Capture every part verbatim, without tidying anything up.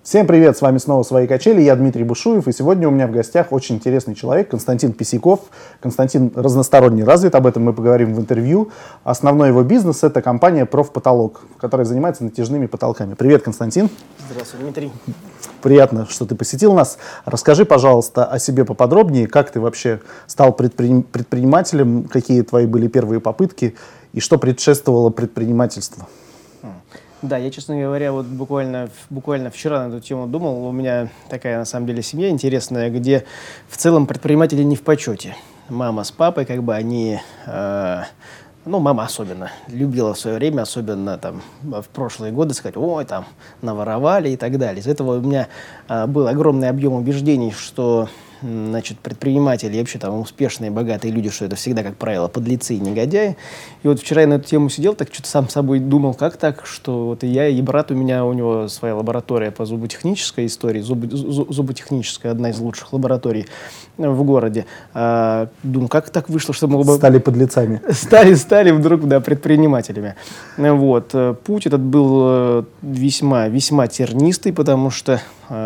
Всем привет, с вами снова «Свои качели», я Дмитрий Бушуев, и сегодня у меня в гостях очень интересный человек, Константин Писяков. Константин разносторонне развит, об этом мы поговорим в интервью. Основной его бизнес — это компания «Профпотолок», которая занимается натяжными потолками. Привет, Константин. Здравствуй, Дмитрий. Приятно, что ты посетил нас. Расскажи, пожалуйста, о себе поподробнее, как ты вообще стал предприним- предпринимателем, какие твои были первые попытки и что предшествовало предпринимательству. Да, я, честно говоря, вот буквально, буквально вчера на эту тему думал. У меня такая, на самом деле, семья интересная, где в целом предприниматели не в почете. Мама с папой, как бы, они... Э, ну, мама особенно любила в свое время, особенно там в прошлые годы, сказать, ой, там, наворовали и так далее. Из этого у меня э, был огромный объем убеждений, что... Значит, предприниматели и вообще там успешные, богатые люди, что это всегда, как правило, подлецы и негодяи. И вот вчера я на эту тему сидел, так что-то сам собой думал, как так, что вот и я, и брат у меня, у него своя лаборатория по зуботехнической истории, зуб, зуботехническая, одна из лучших лабораторий в городе. А, думаю, как так вышло, что мы оба... Стали подлецами. Стали, стали вдруг, да, предпринимателями. Вот. Путь этот был весьма, весьма тернистый, потому что...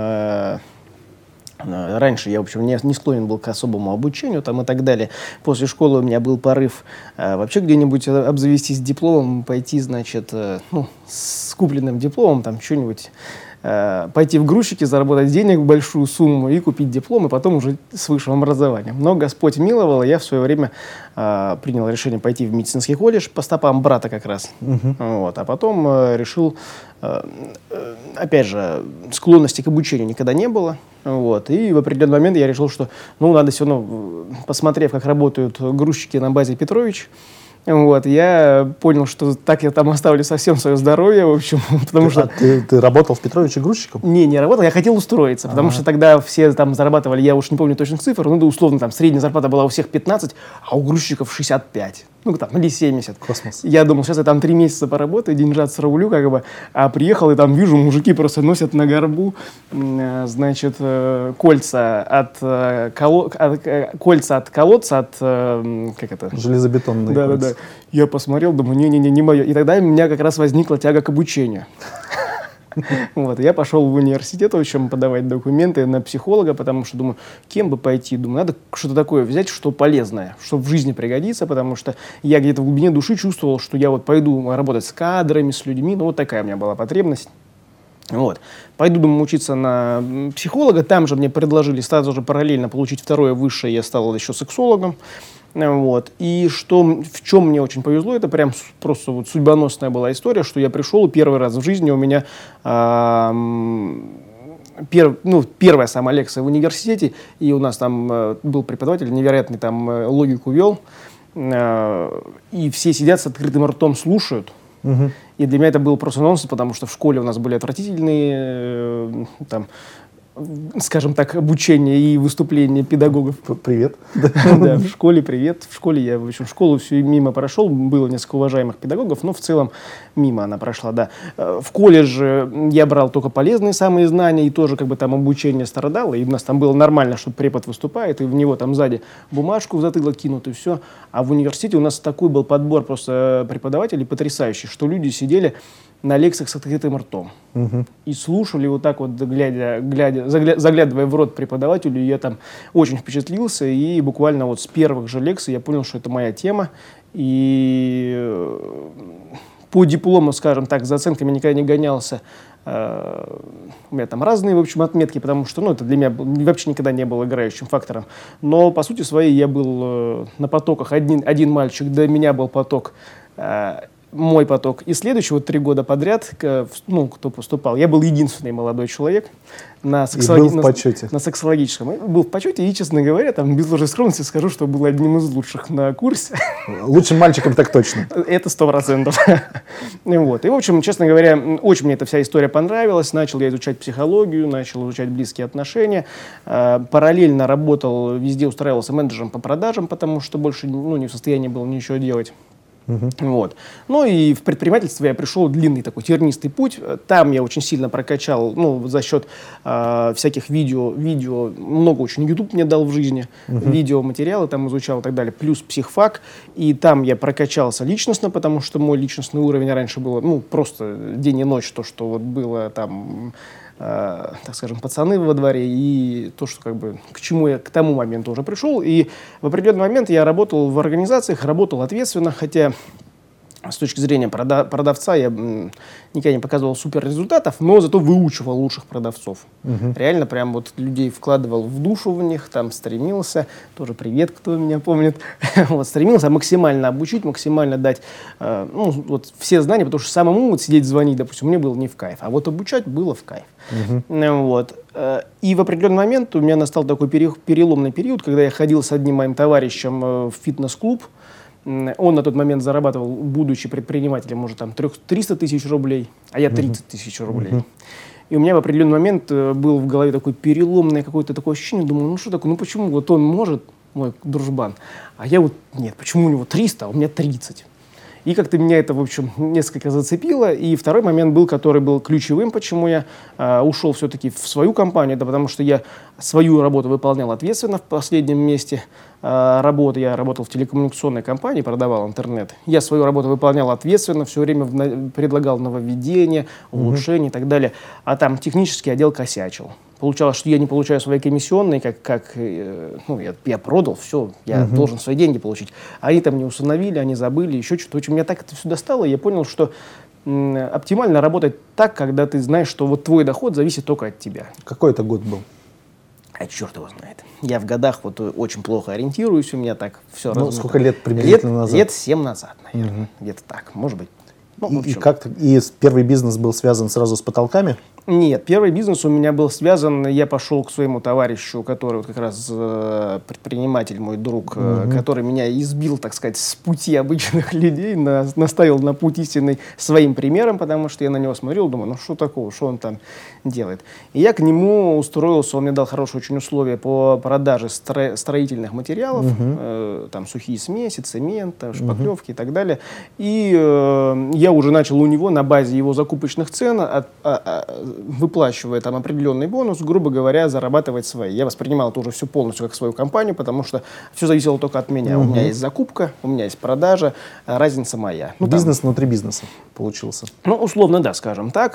Раньше я, в общем, не, не склонен был к особому обучению там, и так далее. После школы у меня был порыв э, вообще где-нибудь обзавестись дипломом, пойти, значит, э, ну, с купленным дипломом, там, что-нибудь, э, пойти в грузчики, заработать денег в большую сумму и купить диплом, и потом уже с высшим образованием. Но Господь миловал, и я в свое время э, принял решение пойти в медицинский колледж по стопам брата как раз. Uh-huh. Вот, а потом э, решил... Опять же, склонности к обучению никогда не было. Вот. И в определенный момент я решил, что ну, надо все равно, посмотрев, как работают грузчики на базе Петрович, вот, я понял, что так я там оставлю совсем свое здоровье, в общем, потому ты, что... А ты, ты работал в Петровиче грузчиком? Не, не работал, я хотел устроиться, потому ага. что тогда все там зарабатывали, я уж не помню точных цифр, ну да, условно, там средняя зарплата была у всех пятнадцать, а у грузчиков шестьдесят пять. Ну, там, или семьдесят. Космос. Я думал, сейчас я там три месяца поработаю, деньжат срублю, как бы, а приехал и там вижу, мужики просто носят на горбу, значит, кольца от, коло... от, кольца от колодца, от, как это? Железобетонные да, кольца. Да, да. Я посмотрел, думаю, не-не-не, не мое. И тогда у меня как раз возникла тяга к обучению. Вот, я пошел в университет, в общем, подавать документы на психолога, потому что думаю, кем бы пойти, думаю, надо что-то такое взять, что полезное, что в жизни пригодится, потому что я где-то в глубине души чувствовал, что я вот пойду работать с кадрами, с людьми, ну вот такая у меня была потребность. Вот. Пойду, думаю, учиться на психолога, там же мне предложили сразу же параллельно получить второе высшее, я стал еще сексологом. Вот. И что, в чем мне очень повезло, это прям просто вот судьбоносная была история, что я пришел, и первый раз в жизни у меня э, пер, ну, первая самая лекция в университете, и у нас там э, был преподаватель, невероятный там э, логику вел, э, и все сидят с открытым ртом, слушают. Угу. И для меня это был просто нонсенс, потому что в школе у нас были отвратительные э, там, скажем так, обучение и выступления педагогов. Привет. Да, в школе привет. В школе я, в общем, школу всю мимо прошел. Было несколько уважаемых педагогов, но в целом мимо она прошла, да. В колледже я брал только полезные самые знания, и тоже как бы там обучение страдало. И у нас там было нормально, что препод выступает, и в него там сзади бумажку в затылок кинут, и все. А в университете у нас такой был подбор просто преподавателей потрясающий, что люди сидели на лекциях с открытым ртом. Uh-huh. И слушали вот так вот, глядя, глядя, загля, заглядывая в рот преподавателю, я там очень впечатлился, и буквально вот с первых же лекций я понял, что это моя тема, и по диплому, скажем так, за оценками никогда не гонялся. Uh, у меня там разные, в общем, отметки, потому что, ну, это для меня вообще никогда не было играющим фактором. Но, по сути своей, я был uh, на потоках. Один, один мальчик, до меня был поток, uh, мой поток. И следующие вот три года подряд, ну, кто поступал, я был единственный молодой человек на, сексологи... был в почете. на, на сексологическом. Я был в почете, и, честно говоря, там, без ложной скромности скажу, что был одним из лучших на курсе. Лучшим мальчиком так точно. Это сто процентов. Вот. И, в общем, честно говоря, очень мне эта вся история понравилась. Начал я изучать психологию, начал изучать близкие отношения. Параллельно работал, везде устраивался менеджером по продажам, потому что больше, ну, не в состоянии был ничего делать. Uh-huh. Вот. Ну и в предпринимательство я пришел длинный такой тернистый путь. Там я очень сильно прокачал, ну, за счет э, всяких видео, видео, много очень YouTube мне дал в жизни, uh-huh. видеоматериалы там изучал и так далее, плюс психфак. И там я прокачался личностно, потому что мой личностный уровень раньше был, ну, просто день и ночь, то, что вот было там... э, так скажем, пацаны во дворе, и то, что как бы к чему я к тому моменту уже пришел. И в определенный момент я работал в организациях, работал ответственно, хотя с точки зрения прода- продавца я м, никогда не показывал супер результатов, но зато выучивал лучших продавцов. Мгм. Реально прям вот людей вкладывал в душу в них, там стремился, тоже привет, кто меня помнит, вот стремился максимально обучить, максимально дать, э, ну, вот все знания, потому что самому вот сидеть звонить, допустим, мне было не в кайф, а вот обучать было в кайф. Мгм. Ну, вот. Э, И в определенный момент у меня настал такой пере- переломный период, когда я ходил с одним моим товарищем э, в фитнес-клуб. М, Он на тот момент зарабатывал, будучи предпринимателем, может, там трех- триста тысяч рублей, а я тридцать тысяч рублей. Мгм. И у меня в определенный момент э, был в голове такой переломное какое-то такое ощущение. Думаю, ну что такое, ну почему вот он может, мой дружбан, а я вот нет, почему у него триста, а у меня тридцать? И как-то меня это, в общем, несколько зацепило. И второй момент был, который был ключевым, почему я э, ушел все-таки в свою компанию. Это потому что я свою работу выполнял ответственно в последнем месте э, работы. Я работал в телекоммуникационной компании, продавал интернет. Я свою работу выполнял ответственно, все время вна- предлагал нововведения, улучшения и так далее. А там технический отдел косячил. Получалось, что я не получаю свои комиссионные, как, как э, ну, я, я продал, все, я Мгм. должен свои деньги получить. Они там не установили, они забыли, еще что-то. В общем, меня так это все достало, и я понял, что м, оптимально работать так, когда ты знаешь, что вот твой доход зависит только от тебя. Какой это год был? А черт его знает. Я в годах вот э, очень плохо ориентируюсь, у меня так все Ну, сколько лет приблизительно лет, назад? Лет семь назад, наверное. Мгм. Где-то так, может быть. Ну, в И, и общем. как и с- первый бизнес был связан сразу с потолками? Нет, первый бизнес у меня был связан, я пошел к своему товарищу, который вот как раз э, предприниматель, мой друг, э, Мгм. который меня избил, так сказать, с пути обычных людей, на- наставил на путь истинный своим примером, потому что я на него смотрел, думаю, ну что такого, что он там делает. И я к нему устроился, он мне дал хорошие очень условия по продаже стро- строительных материалов, Мгм. э, там сухие смеси, цемента, шпаклевки и так далее. И э, я уже начал у него на базе его закупочных цен, от- а- а, выплачивая там определенный бонус, грубо говоря, зарабатывать свои. Я воспринимал это уже все полностью как свою компанию, потому что все зависело только от меня. У Мгм. меня есть закупка, у меня есть продажа, а разница моя. Ну, там, Бизнес внутри бизнеса получился. ну, условно, да, скажем так.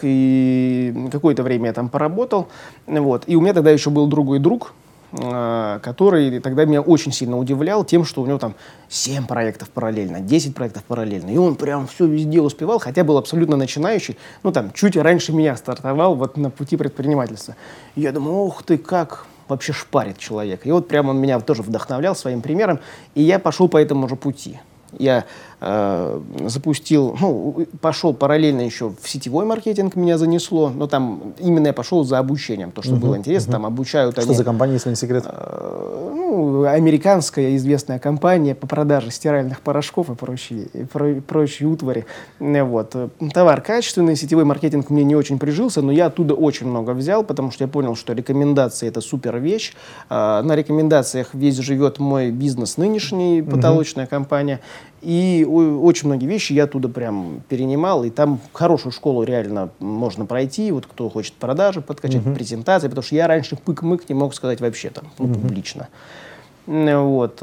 И какое-то время я там поработал. Вот. И у меня тогда еще был другой друг, э, который тогда меня очень сильно удивлял тем, что у него там семь проектов параллельно, десять проектов параллельно. И он прям все везде успевал, хотя был абсолютно начинающий. Ну, там, чуть раньше меня стартовал вот на пути предпринимательства. И я думаю, ух ты, как вообще шпарит человек. И вот прямо он меня тоже вдохновлял своим примером. И я пошел по этому же пути. Я э, запустил, ну, пошел параллельно еще в сетевой маркетинг, меня занесло, но там именно я пошел за обучением, то, что Мгм, было интересно, там обучают Что они, за компания, если не секрет? э, ну, американская известная компания по продаже стиральных порошков и прочей, и про- прочей утвари. Э, Вот. Э, Товар качественный, сетевой маркетинг мне не очень прижился, но я оттуда очень много взял, потому что я понял, что рекомендации — это супер вещь. Э, На рекомендациях весь живет мой бизнес нынешний, потолочная компания. И о- очень многие вещи я оттуда прям перенимал, и там хорошую школу реально можно пройти, вот кто хочет продажи подкачать, презентации, потому что я раньше пык-мык не мог сказать вообще там, ну, публично. М, Вот.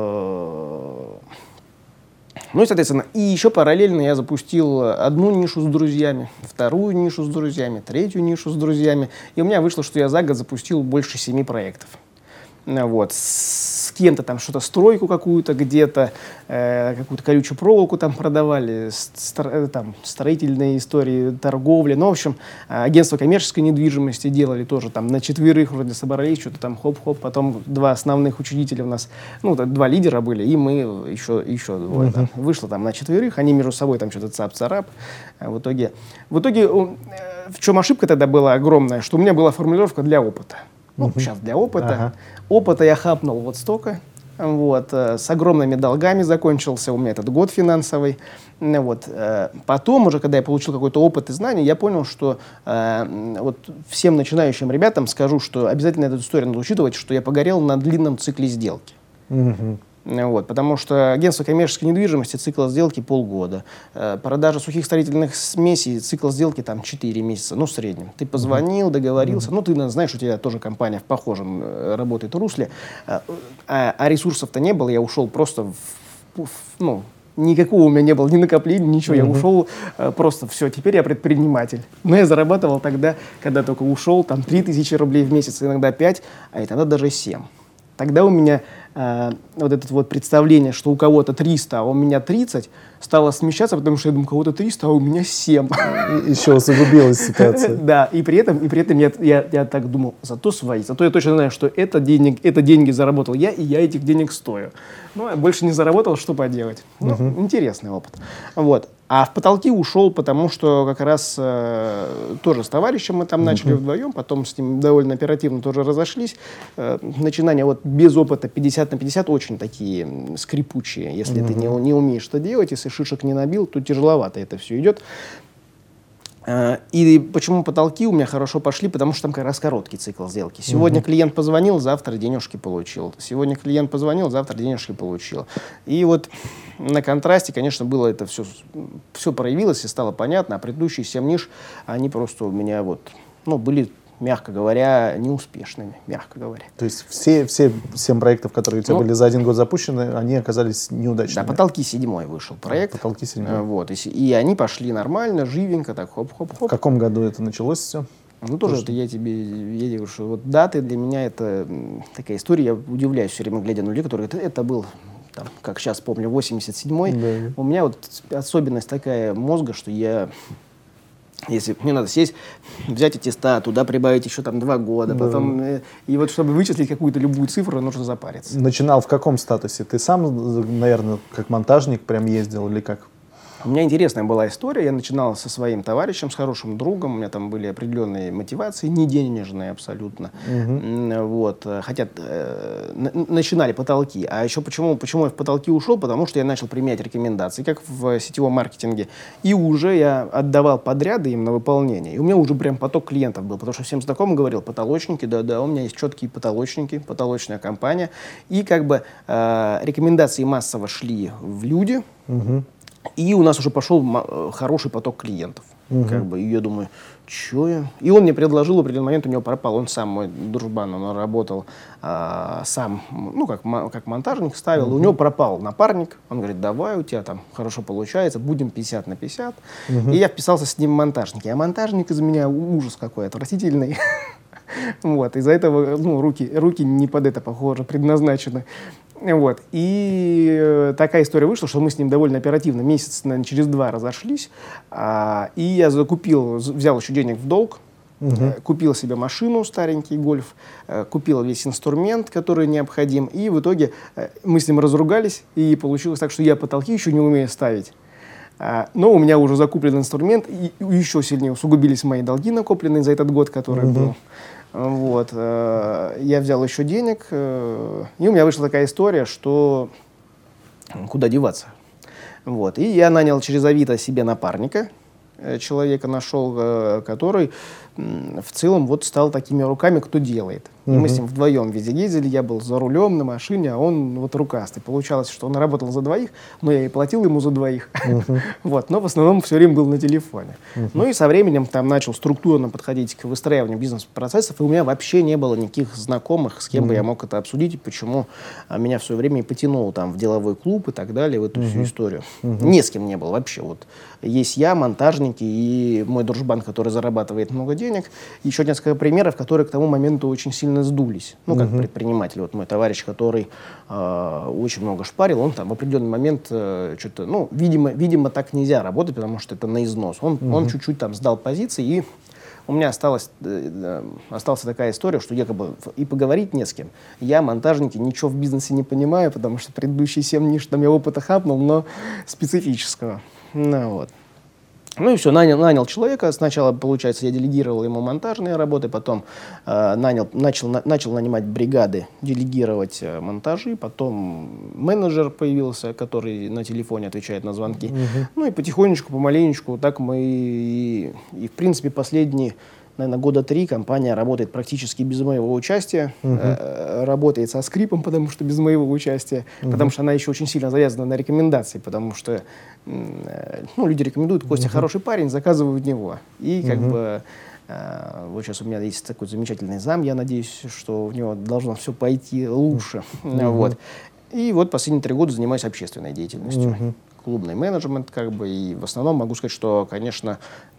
э, Ну и, соответственно, и еще параллельно я запустил одну нишу с друзьями, вторую нишу с друзьями, третью нишу с друзьями, и у меня вышло, что я за год запустил больше семи проектов. Э, Вот. С кем-то там что-то, стройку какую-то где-то, э, какую-то колючую проволоку там продавали, с- стро- э, там строительные истории, торговли. Ну, в общем, э, агентство коммерческой недвижимости делали тоже там на четверых вроде собрались, что-то там хоп-хоп. Потом два основных учредителя у нас, ну, так, два лидера были, и мы еще, еще двое. там. Вышло там на четверых, они между собой там что-то цап-царап. А в итоге, в итоге э, в чем ошибка тогда была огромная, что у меня была формулировка для опыта. Ну, сейчас для опыта. Ага. Опыта я хапнул вот столько. Вот, э, с огромными долгами закончился у меня этот год финансовый. М, Вот, э, потом уже, когда я получил какой-то опыт и знания, я понял, что э, м, вот всем начинающим ребятам скажу, что обязательно эту историю надо учитывать, что я погорел на длинном цикле сделки. Мгм. Вот, потому что агентство коммерческой недвижимости, цикл сделки полгода. Э, продажа сухих строительных смесей, цикл сделки там четыре месяца, ну, в среднем. Ты позвонил, договорился, ну, ты наверное, знаешь, у тебя тоже компания в похожем э, работает русле, э, а, а ресурсов-то не было, я ушел просто в, в- ну, никакого у меня не было ни накопления, ничего. Mm-hmm. Я ушел э, просто все, теперь я предприниматель. Но я зарабатывал тогда, когда только ушел, там три тысячи рублей в месяц, иногда пять, а иногда даже семь. Тогда у меня э, вот это вот представление, что у кого-то триста, а у меня тридцать, стало смещаться, потому что я думаю, у кого-то триста, а у меня семь. Еще усугубилась ситуация. Да, и при этом, и при этом я, я, я так думал, зато свои, зато я точно знаю, что это, денег, это деньги заработал я, и я этих денег стою. Ну, я больше не заработал, что поделать. Ну, uh-huh. Интересный опыт. Вот. А в потолки ушел, потому что как раз э, тоже с товарищем мы там uh-huh. начали вдвоем, потом с ним довольно оперативно тоже разошлись. Э, начинания вот без опыта пятьдесят на пятьдесят очень такие скрипучие. Если uh-huh. ты не, не умеешь что делать, если шишек не набил, то тяжеловато это все идет. И почему потолки у меня хорошо пошли? Потому что там как раз короткий цикл сделки. Сегодня uh-huh. клиент позвонил, завтра денежки получил. Сегодня клиент позвонил, завтра денежки получил. И вот на контрасте, конечно, было это все, все проявилось и стало понятно. А предыдущие семь ниш, они просто у меня вот, ну, были, мягко говоря, неуспешными, мягко говоря. То есть все, все семь проектов, которые у тебя ну, были за один год запущены, они оказались неудачными? Да, «Потолки» седьмой вышел проект. «Потолки» седьмой. Вот, и, и они пошли нормально, живенько, так хоп-хоп-хоп. В каком году это началось все? Ну, тоже это я тебе, я говорю, что вот даты для меня это такая история, я удивляюсь все время, глядя на людей, которые, это, это был, там, как сейчас помню, восемьдесят седьмой. Да. У меня вот особенность такая мозга, что я... Если мне надо сесть, взять аттестат, туда прибавить еще там два года, да. потом э, и вот чтобы вычислить какую-то любую цифру, нужно запариться. Начинал в каком статусе? Ты сам, наверное, как монтажник прям ездил или как? У меня интересная была история. Я начинал со своим товарищем, с хорошим другом. У меня там были определенные мотивации, не денежные абсолютно. Угу. Вот. Хотя э, начинали потолки. А еще почему, почему я в потолки ушел? Потому что я начал применять рекомендации, как в сетевом маркетинге. И уже я отдавал подряды им на выполнение. И у меня уже прям поток клиентов был. Потому что всем знакомым говорил, потолочники, да-да, у меня есть четкие потолочники, потолочная компания. И как бы э, рекомендации массово шли в люди. Угу. И у нас уже пошел хороший поток клиентов. Угу. Как бы, и я думаю, что я... И он мне предложил, в определенный момент у него пропал. Он сам, мой дружбан, он работал а, сам, ну, как, как монтажник ставил. Угу. У него пропал напарник. Он говорит, давай, у тебя там хорошо получается, будем пятьдесят на пятьдесят. Угу. И я вписался с ним в монтажники. А монтажник из меня ужас какой, отвратительный. Вот, из-за этого, ну, руки, руки не под это, похоже, предназначены. Вот. И э, такая история вышла, что мы с ним довольно оперативно, месяц, наверное, через два разошлись. А, и я закупил, взял еще денег в долг, угу. э, купил себе машину, старенький гольф, э, купил весь инструмент, который необходим. И в итоге э, мы с ним разругались, и получилось так, что я потолки еще не умею ставить. А, но у меня уже закуплен инструмент, и, и еще сильнее усугубились мои долги, накопленные за этот год, который угу. был. Вот. Я взял еще денег, и у меня вышла такая история, что куда деваться. Вот. И я нанял через Авито себе напарника, человека нашел, который в целом вот стал такими руками, кто делает. И угу. мы с ним вдвоем везде ездили, я был за рулем на машине, а он вот рукастый. Получалось, что он работал за двоих, но я и платил ему за двоих. Угу. Вот, но в основном все время был на телефоне. Угу. Ну и со временем там начал структурно подходить к выстраиванию бизнес-процессов, и у меня вообще не было никаких знакомых, с кем угу. бы я мог это обсудить, и почему меня в свое время и потянуло там в деловой клуб и так далее, в эту угу. всю историю. Угу. Ни с кем не было вообще. Вот есть я, монтажники и мой дружбан, который зарабатывает много денег. Еще несколько примеров, которые к тому моменту очень сильно сдулись. Ну, как uh-huh. предприниматель. Вот мой товарищ, который э, очень много шпарил, он там в определенный момент э, что-то, ну, видимо, видимо, так нельзя работать, потому что это на износ. Он, uh-huh. он чуть-чуть там сдал позиции, и у меня осталась, э, осталась такая история, что якобы и поговорить не с кем. Я, монтажники, ничего в бизнесе не понимаю, потому что предыдущие семь ниш там я опыта хапнул, но специфического. Ну, вот. Ну и все, нанял, нанял человека. Сначала, получается, я делегировал ему монтажные работы, потом э, нанял, начал, на, начал нанимать бригады, делегировать э, монтажи, потом менеджер появился, который на телефоне отвечает на звонки. Угу. Ну и потихонечку, помаленечку, так мы и, и в принципе, последние, наверное, года три компания работает практически без моего участия, угу. э, работает со скрипом, потому что без моего участия, угу. потому что она еще очень сильно завязана на рекомендации, потому что э, ну, люди рекомендуют, Костя угу. хороший парень, заказывают него. И как угу. бы э, вот сейчас у меня есть такой замечательный зам, я надеюсь, что у него должно все пойти лучше. Угу. Вот. И вот последние три года занимаюсь общественной деятельностью. Угу. клубный менеджмент, как бы, и в основном могу сказать, что, конечно,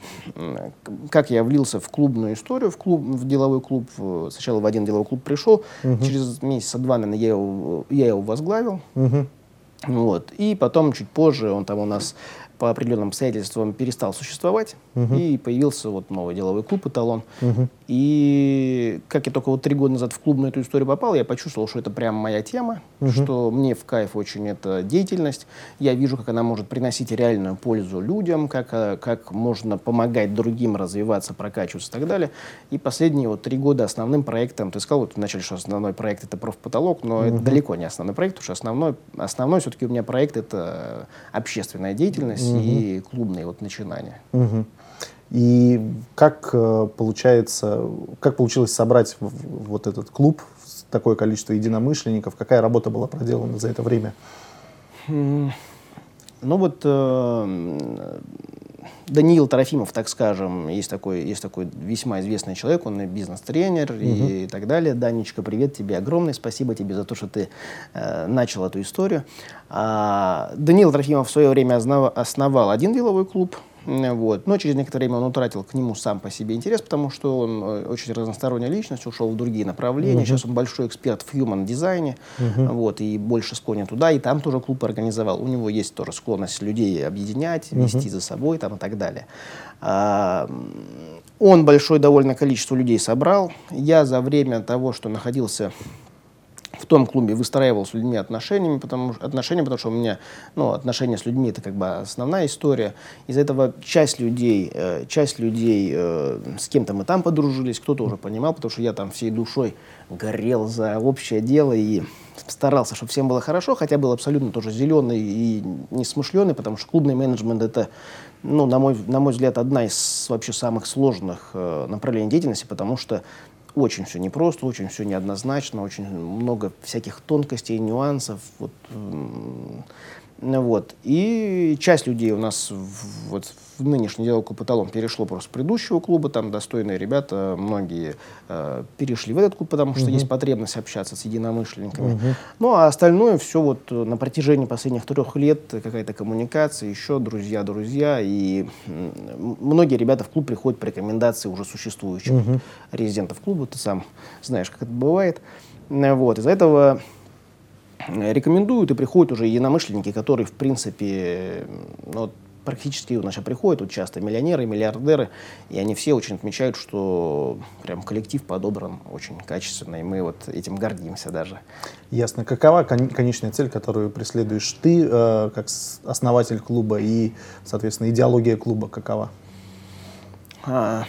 как я влился в клубную историю, в, клуб, в деловой клуб, сначала в один деловой клуб пришел, угу. через месяца два, наверное, я его, я его возглавил, угу. вот, и потом чуть позже он там у нас по определенным обстоятельствам перестал существовать, uh-huh. и появился вот новый деловой клуб «Эталон». Uh-huh. И как я только вот три года назад в клубную эту историю попал, я почувствовал, что это прям моя тема, uh-huh. что мне в кайф очень эта деятельность. Я вижу, как она может приносить реальную пользу людям, как, как можно помогать другим развиваться, прокачиваться и так далее. И последние вот три года основным проектом, ты сказал вот вначале, что основной проект — это профпотолок, но uh-huh. это далеко не основной проект, потому что основной, основной все-таки у меня проект — это общественная деятельность, угу. и клубные вот начинания. Угу. И как получается, как получилось собрать вот этот клуб, такое количество единомышленников? Какая работа была проделана за это время? Ну вот э, Даниил Трофимов, так скажем, есть такой, есть такой весьма известный человек, он бизнес-тренер угу. и, и так далее. Данечка, привет тебе огромное, спасибо тебе за то, что ты э, начал эту историю. А, Даниил Трофимов в свое время основал, основал один деловой клуб, вот, но через некоторое время он утратил к нему сам по себе интерес, потому что он очень разносторонняя личность, ушел в другие направления. Uh-huh. Сейчас он большой эксперт в human дизайне, uh-huh. вот, и больше склонен туда, и там тоже клуб организовал. У него есть тоже склонность людей объединять, uh-huh. вести за собой там, и так далее. А, он большое довольно количество людей собрал. Я за время того, что находился в том клубе, выстраивал с людьми отношениями, потому, отношения, потому что у меня ну, отношения с людьми — это как бы основная история. Из-за этого часть людей, э, часть людей э, с кем-то мы там подружились, кто-то уже понимал, потому что я там всей душой горел за общее дело и старался, чтобы всем было хорошо, хотя был абсолютно тоже зеленый и несмышленый, потому что клубный менеджмент — это, ну, на мой, на мой взгляд, одна из вообще самых сложных э, направлений деятельности, потому что очень все непросто, очень все неоднозначно, очень много всяких тонкостей, нюансов. Вот, вот. И часть людей у нас в, вот, в нынешний деловой клуб «Эталон» перешло просто с предыдущего клуба, там достойные ребята, многие э, перешли в этот клуб, потому что uh-huh. есть потребность общаться с единомышленниками. Uh-huh. Ну, а остальное все вот на протяжении последних трех лет какая-то коммуникация, еще друзья-друзья, и м- многие ребята в клуб приходят по рекомендации уже существующих uh-huh. резидентов клуба, ты сам знаешь, как это бывает. Вот. Из-за этого рекомендуют и приходят уже единомышленники, которые, в принципе, ну, практически у нас сейчас приходят вот часто миллионеры, миллиардеры, и они все очень отмечают, что прям коллектив подобран очень качественно, и мы вот этим гордимся даже. Ясно. Какова кон- конечная цель, которую преследуешь ты, э, как основатель клуба, и, соответственно, идеология клуба какова? А,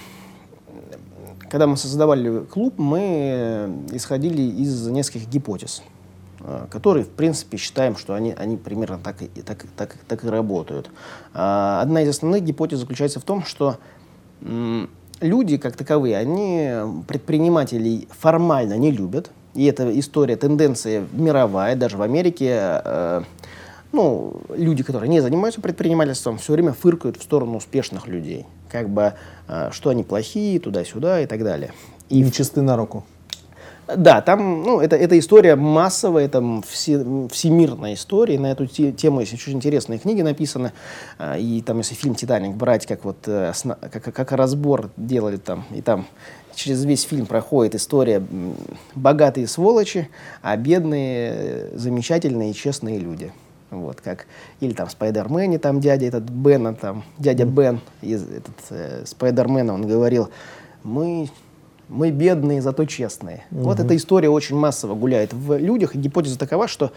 когда мы создавали клуб, мы исходили из нескольких гипотез, которые, в принципе, считаем, что они, они примерно так и, так, так, так и работают. Одна из основных гипотез заключается в том, что м, люди, как таковые, они предпринимателей формально не любят. И это история, тенденция мировая, даже в Америке. Э, ну, люди, которые не занимаются предпринимательством, все время фыркают в сторону успешных людей. Как бы, э, что они плохие, туда-сюда и так далее. И нечисты на руку. Да, там, ну, это, это история массовая, это все, всемирная история. На эту те, тему есть очень интересные книги написаны. И там, если фильм «Титаник» брать, как, вот, как, как разбор делали там, и там через весь фильм проходит история богатые сволочи, а бедные, замечательные и честные люди. Вот, как, или там в «Спайдермене», там дядя этот Бена, там, дядя Бен из этот, э, «Спайдермена», он говорил, мы... Мы бедные, зато честные. Uh-huh. Вот эта история очень массово гуляет в людях. И гипотеза такова, что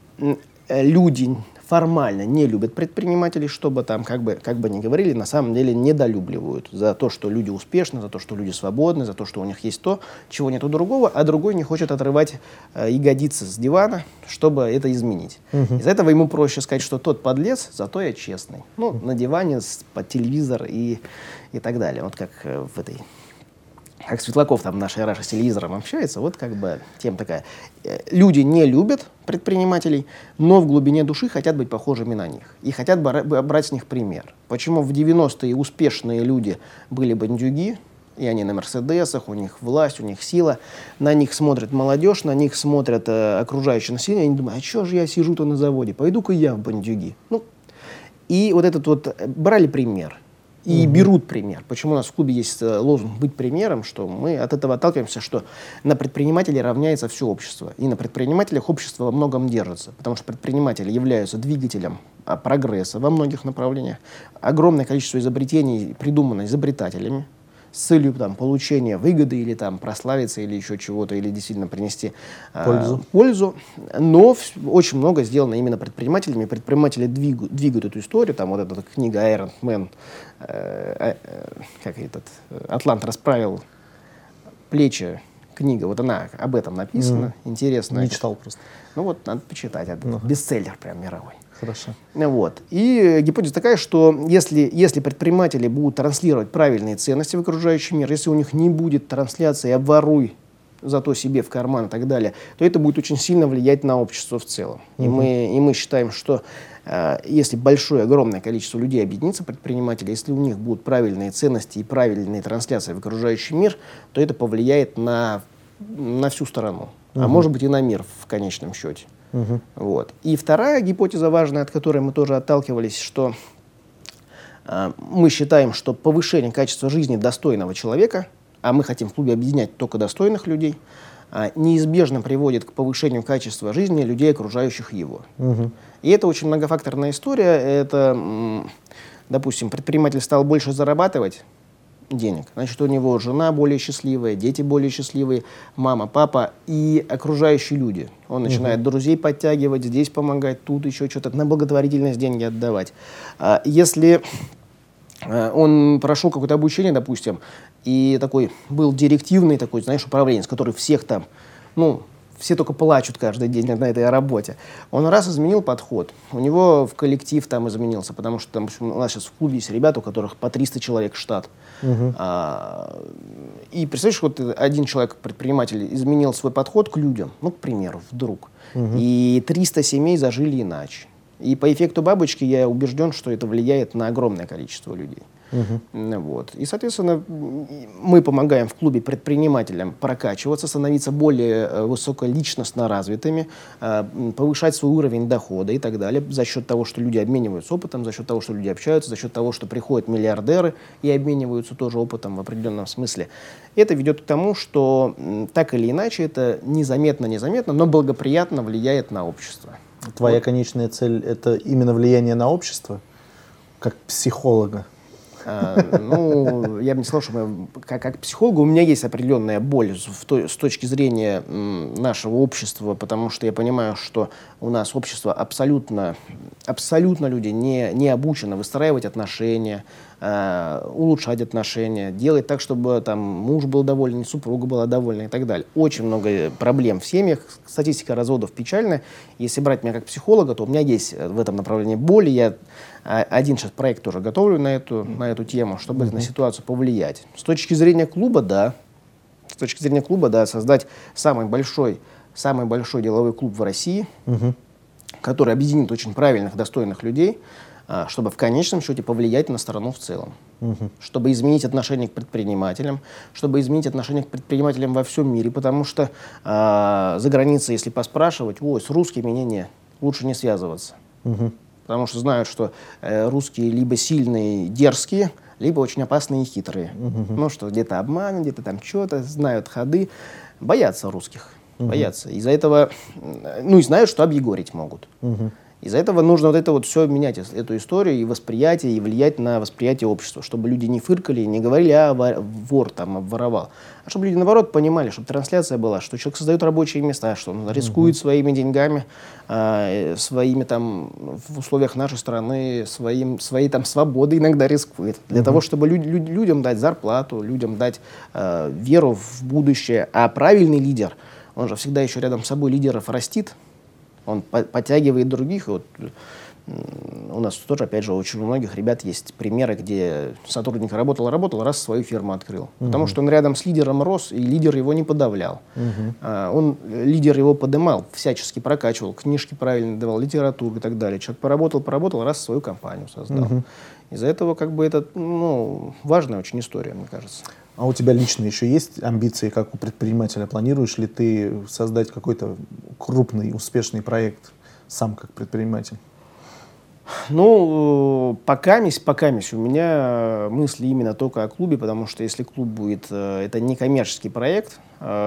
люди формально не любят предпринимателей, чтобы там, как бы, как бы ни говорили, на самом деле недолюбливают за то, что люди успешны, за то, что люди свободны, за то, что у них есть то, чего нет у другого, а другой не хочет отрывать э, ягодицы с дивана, чтобы это изменить. Uh-huh. Из-за этого ему проще сказать, что тот подлец, зато я честный. Ну, uh-huh. на диване, с, под телевизор и, и так далее. Вот как э, в этой... Как Светлаков там нашей Раша с телевизором общается, вот как бы тема такая. Люди не любят предпринимателей, но в глубине души хотят быть похожими на них. И хотят брать с них пример. Почему в девяностые успешные люди были бандюги, и они на мерседесах, у них власть, у них сила, на них смотрит молодежь, на них смотрят э, окружающее население, и они думают, а что же я сижу-то на заводе, пойду-ка я в бандюги. Ну, И вот этот вот брали пример. И угу. берут пример. Почему у нас в клубе есть лозунг «быть примером», что мы от этого отталкиваемся, что на предпринимателей равняется все общество. И на предпринимателях общество во многом держится. Потому что предприниматели являются двигателем прогресса во многих направлениях. Огромное количество изобретений придумано изобретателями с целью там, получения выгоды или там, прославиться, или еще чего-то, или действительно принести пользу. Э, пользу. Но в, очень много сделано именно предпринимателями. Предприниматели двигают, двигают эту историю. Там вот эта книга Iron Man, э, э, как этот, Атлант расправил плечи. Книга, вот она об этом написана. Mm. Интересно. Не читал просто. Ну вот, надо почитать. Это uh-huh. бестселлер прям мировой. Хорошо. Вот. И гипотеза такая, что если, если предприниматели будут транслировать правильные ценности в окружающий мир, если у них не будет трансляции «обворуй, зато себе в карман» и так далее, то это будет очень сильно влиять на общество в целом. Uh-huh. И, мы, и мы считаем, что э, если большое, огромное количество людей объединится, предпринимателей, если у них будут правильные ценности и правильные трансляции в окружающий мир, то это повлияет на, на всю страну, uh-huh. а может быть и на мир в конечном счете. Uh-huh. Вот. И вторая гипотеза важная, от которой мы тоже отталкивались, что э, мы считаем, что повышение качества жизни достойного человека, а мы хотим в клубе объединять только достойных людей, э, неизбежно приводит к повышению качества жизни людей, окружающих его. Uh-huh. И это очень многофакторная история. Это, м, допустим, предприниматель стал больше зарабатывать денег, значит, у него жена более счастливая, дети более счастливые, мама, папа и окружающие люди. Он начинает угу. друзей подтягивать, здесь помогать, тут еще что-то, на благотворительность деньги отдавать. А если а, он прошел какое-то обучение, допустим, и такой был директивный такой, знаешь, управленец, который всех там, ну, все только плачут каждый день на этой работе. Он раз изменил подход. У него в коллектив там изменился, потому что там, у нас сейчас в клубе есть ребята, у которых по триста человек штат. Uh-huh. А, и представляешь, вот один человек, предприниматель, изменил свой подход к людям, ну, к примеру, вдруг. Uh-huh. И триста семей зажили иначе. И по эффекту бабочки я убежден, что это влияет на огромное количество людей. Uh-huh. Вот. И, соответственно, мы помогаем в клубе предпринимателям прокачиваться, становиться более высоколичностно развитыми, повышать свой уровень дохода и так далее, за счет того, что люди обмениваются опытом, за счет того, что люди общаются, за счет того, что приходят миллиардеры и обмениваются тоже опытом в определенном смысле. Это ведет к тому, что так или иначе это незаметно-незаметно, но благоприятно влияет на общество. Твоя вот. Конечная цель — это именно влияние на общество, как психолога? А, ну, я бы не сказал, что мы, как, как психолога у меня есть определенная боль в той, с точки зрения м, нашего общества, потому что я понимаю, что у нас общество абсолютно, абсолютно люди не, не обучено выстраивать отношения, э, улучшать отношения, делать так, чтобы там муж был доволен, супруга была довольна и так далее. Очень много проблем в семьях, статистика разводов печальная. Если брать меня как психолога, то у меня есть в этом направлении боль. Я один сейчас проект тоже готовлю на эту, на эту тему, чтобы mm-hmm. на ситуацию повлиять. С точки зрения клуба, да. С точки зрения клуба, да, создать самый большой, самый большой деловой клуб в России, mm-hmm. который объединит очень правильных, достойных людей, чтобы в конечном счете повлиять на страну в целом. Uh-huh. Чтобы изменить отношение к предпринимателям, чтобы изменить отношение к предпринимателям во всем мире, потому что э, за границей, если поспрашивать, ой, с русскими не, не, лучше не связываться. Uh-huh. Потому что знают, что э, русские либо сильные, дерзкие, либо очень опасные и хитрые. Uh-huh. Ну, что где-то обманут, где-то там что-то, знают ходы. Боятся русских, uh-huh. боятся. Из-за этого, ну и знают, что объегорить могут. Uh-huh. Из-за этого нужно вот это вот все менять, эту историю и восприятие, и влиять на восприятие общества, чтобы люди не фыркали, не говорили, а вор там обворовал. А чтобы люди, наоборот, понимали, чтобы трансляция была, что человек создает рабочие места, что он рискует uh-huh. своими деньгами, э, своими там, в условиях нашей страны, своим, своей там свободой иногда рискует. Для uh-huh. того, чтобы люд, люд, людям дать зарплату, людям дать э, веру в будущее. А правильный лидер, он же всегда еще рядом с собой лидеров растит, он подтягивает других. И вот у нас тоже, опять же, очень у многих ребят есть примеры, где сотрудник работал, работал, раз свою фирму открыл. Uh-huh. Потому что он рядом с лидером рос, и лидер его не подавлял. Uh-huh. А, он, лидер его подымал, всячески прокачивал, книжки правильно давал, литературу и так далее. Человек поработал, поработал, раз свою компанию создал. Uh-huh. Из-за этого как бы это, ну, важная очень история, мне кажется. А у тебя лично еще есть амбиции, как у предпринимателя? Планируешь ли ты создать какой-то крупный, успешный проект сам как предприниматель? Ну, покамись, покамись. У меня мысли именно только о клубе, потому что если клуб будет, э, это не коммерческий проект,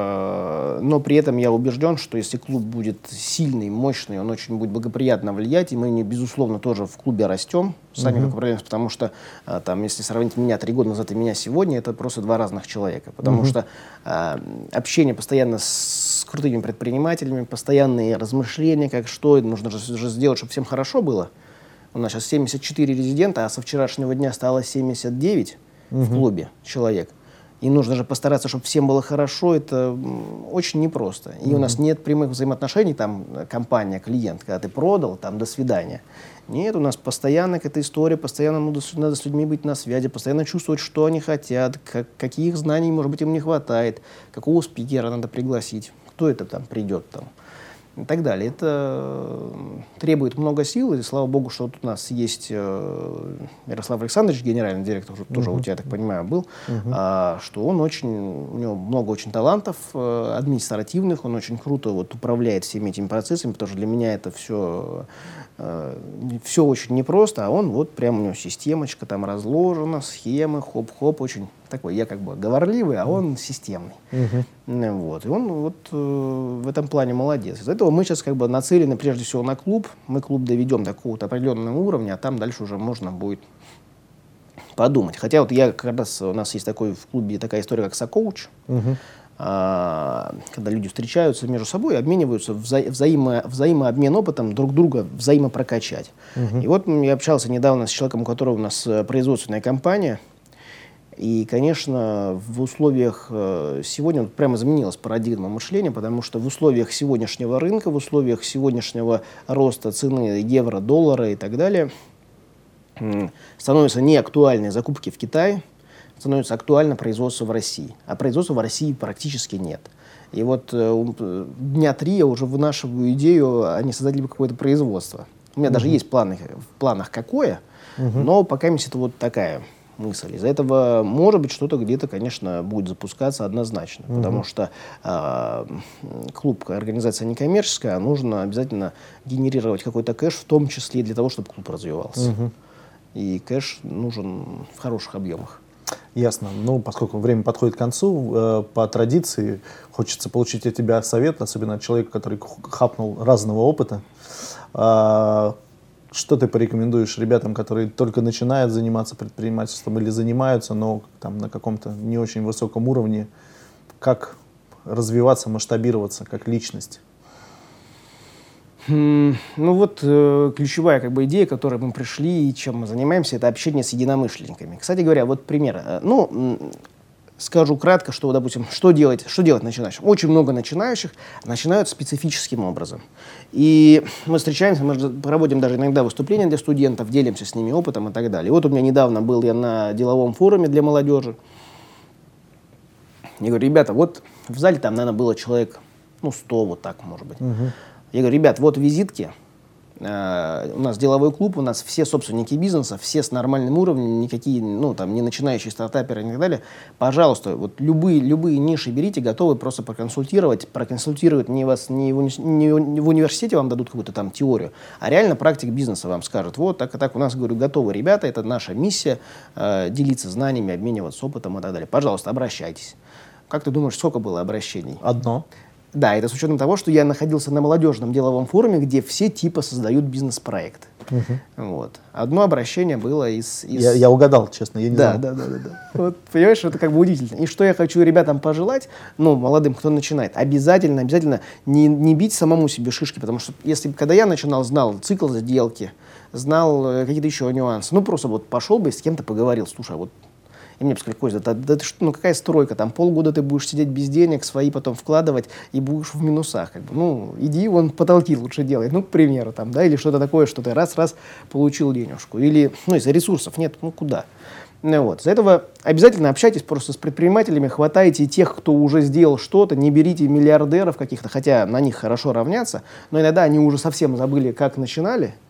э, но при этом я убежден, что если клуб будет сильный, мощный, он очень будет благоприятно влиять, и мы, не, безусловно, тоже в клубе растем, сами Мгм. как управляемся, потому что, э, там, если сравнить меня три года назад и меня сегодня, это просто два разных человека, потому Мгм. что э, общение постоянно с крутыми предпринимателями, постоянные размышления, как что, нужно же, же сделать, чтобы всем хорошо было. У нас сейчас семьдесят четыре резидента, а со вчерашнего дня стало семьдесят девять в Мгм. клубе человек. И нужно же постараться, чтобы всем было хорошо. Это м, очень непросто. И у нас нет прямых взаимоотношений, там, э, компания, клиент, когда ты продал, там, до свидания. Нет, у нас постоянно какая-то история, постоянно надо, с- надо с людьми быть на связи, постоянно чувствовать, что они хотят, как, каких знаний, может быть, им не хватает, какого спикера надо пригласить, кто это там придет там. И так далее. Это э, требует много сил, и слава богу, что вот у нас есть э, Ярослав Александрович, генеральный директор, уже тоже у тебя, я так понимаю, был, а, что он очень, у него много очень талантов э, административных, он очень круто вот управляет всеми этими процессами, потому что для меня это все, э, все очень непросто, а он вот прям, у него системочка там разложена, схемы, хоп-хоп, очень такой, я как бы говорливый, а он системный. Мгм. Ну, вот. И он вот э, в этом плане молодец. Из-за этого мы сейчас как бы нацелены прежде всего на клуб. Мы клуб доведем до какого-то определенного уровня, а там дальше уже можно будет подумать. Хотя вот я как раз, у нас есть такой в клубе такая история, как сокоуч, Мгм. а, когда люди встречаются между собой, обмениваются, вза- взаимо, взаимообмен опытом, друг друга взаимопрокачать. И вот я общался недавно с человеком, у которого у нас э, производственная компания. И, конечно, в условиях э, сегодня вот прямо изменилась парадигма мышления, потому что в условиях сегодняшнего рынка, в условиях сегодняшнего роста цены евро, доллара и так далее, м, становятся неактуальны закупки в Китае, становится актуально производство в России. А производства в России практически нет. И вот э, у- э, дня три я уже вынашиваю идею о несоздателе какое-то производство. У меня даже есть планы, в планах какое, но пока это вот такая мысль. Из-за этого, может быть, что-то где-то, конечно, будет запускаться однозначно, потому что э, клуб, организация некоммерческая, а нужно обязательно генерировать какой-то кэш, в том числе и для того, чтобы клуб развивался. И кэш нужен в хороших объемах. Ясно. Ну, поскольку время подходит к концу, э, по традиции хочется получить от тебя совет, особенно от человека, который х- хапнул разного опыта. А, что ты порекомендуешь ребятам, которые только начинают заниматься предпринимательством или занимаются, но там на каком-то не очень высоком уровне, как развиваться, масштабироваться как личность? М, Ну вот э, ключевая как бы идея, к которой мы пришли и чем мы занимаемся, это общение с единомышленниками. Кстати говоря, вот пример. Э, Ну, м, скажу кратко, что, допустим, что делать, что делать начинающим. Очень много начинающих начинают специфическим образом. И мы встречаемся, мы же проводим даже иногда выступления для студентов, делимся с ними опытом и так далее. Вот у меня недавно был я на деловом форуме для молодежи. Я говорю, ребята, вот в зале там, наверное, было человек, ну, сто, вот так, может быть. Я говорю, ребят, вот визитки. Э, у нас деловой клуб, у нас все собственники бизнеса, все с нормальным уровнем, никакие, ну, там, не начинающие стартаперы и так далее. Пожалуйста, вот любые, любые ниши берите, готовы просто проконсультировать. Проконсультируют не, вас, не, в, уни- не в университете вам дадут какую-то там теорию, а реально практик бизнеса вам скажет, вот так и так, у нас, говорю, готовы ребята, это наша миссия, э, делиться знаниями, обмениваться опытом и так далее. Пожалуйста, обращайтесь. Как ты думаешь, сколько было обращений? Одно. Да, это с учетом того, что я находился на молодежном деловом форуме, где все типа создают бизнес-проект. Вот. Одно обращение было из... из... Я, я угадал, честно, я не Да, знал. да, да, да, да. Вот, понимаешь, это как бы удивительно. И что я хочу ребятам пожелать, ну, молодым, кто начинает, обязательно, обязательно не, не бить самому себе шишки, потому что если, когда я начинал, знал цикл сделки, знал э, какие-то еще нюансы, ну, просто вот пошел бы и с кем-то поговорил, слушай, а вот и мне бы сказали, Костя, да, да ты что, ну какая стройка, там полгода ты будешь сидеть без денег, свои потом вкладывать и будешь в минусах, как бы, ну, иди вон потолки лучше делай, ну, к примеру, там, да, или что-то такое, что ты раз-раз получил денежку, или, ну, если ресурсов нет, ну, куда? Ну, вот, из-за этого обязательно общайтесь просто с предпринимателями, хватайте тех, кто уже сделал что-то, не берите миллиардеров каких-то, хотя на них хорошо равняться, но иногда они уже совсем забыли, как начинали,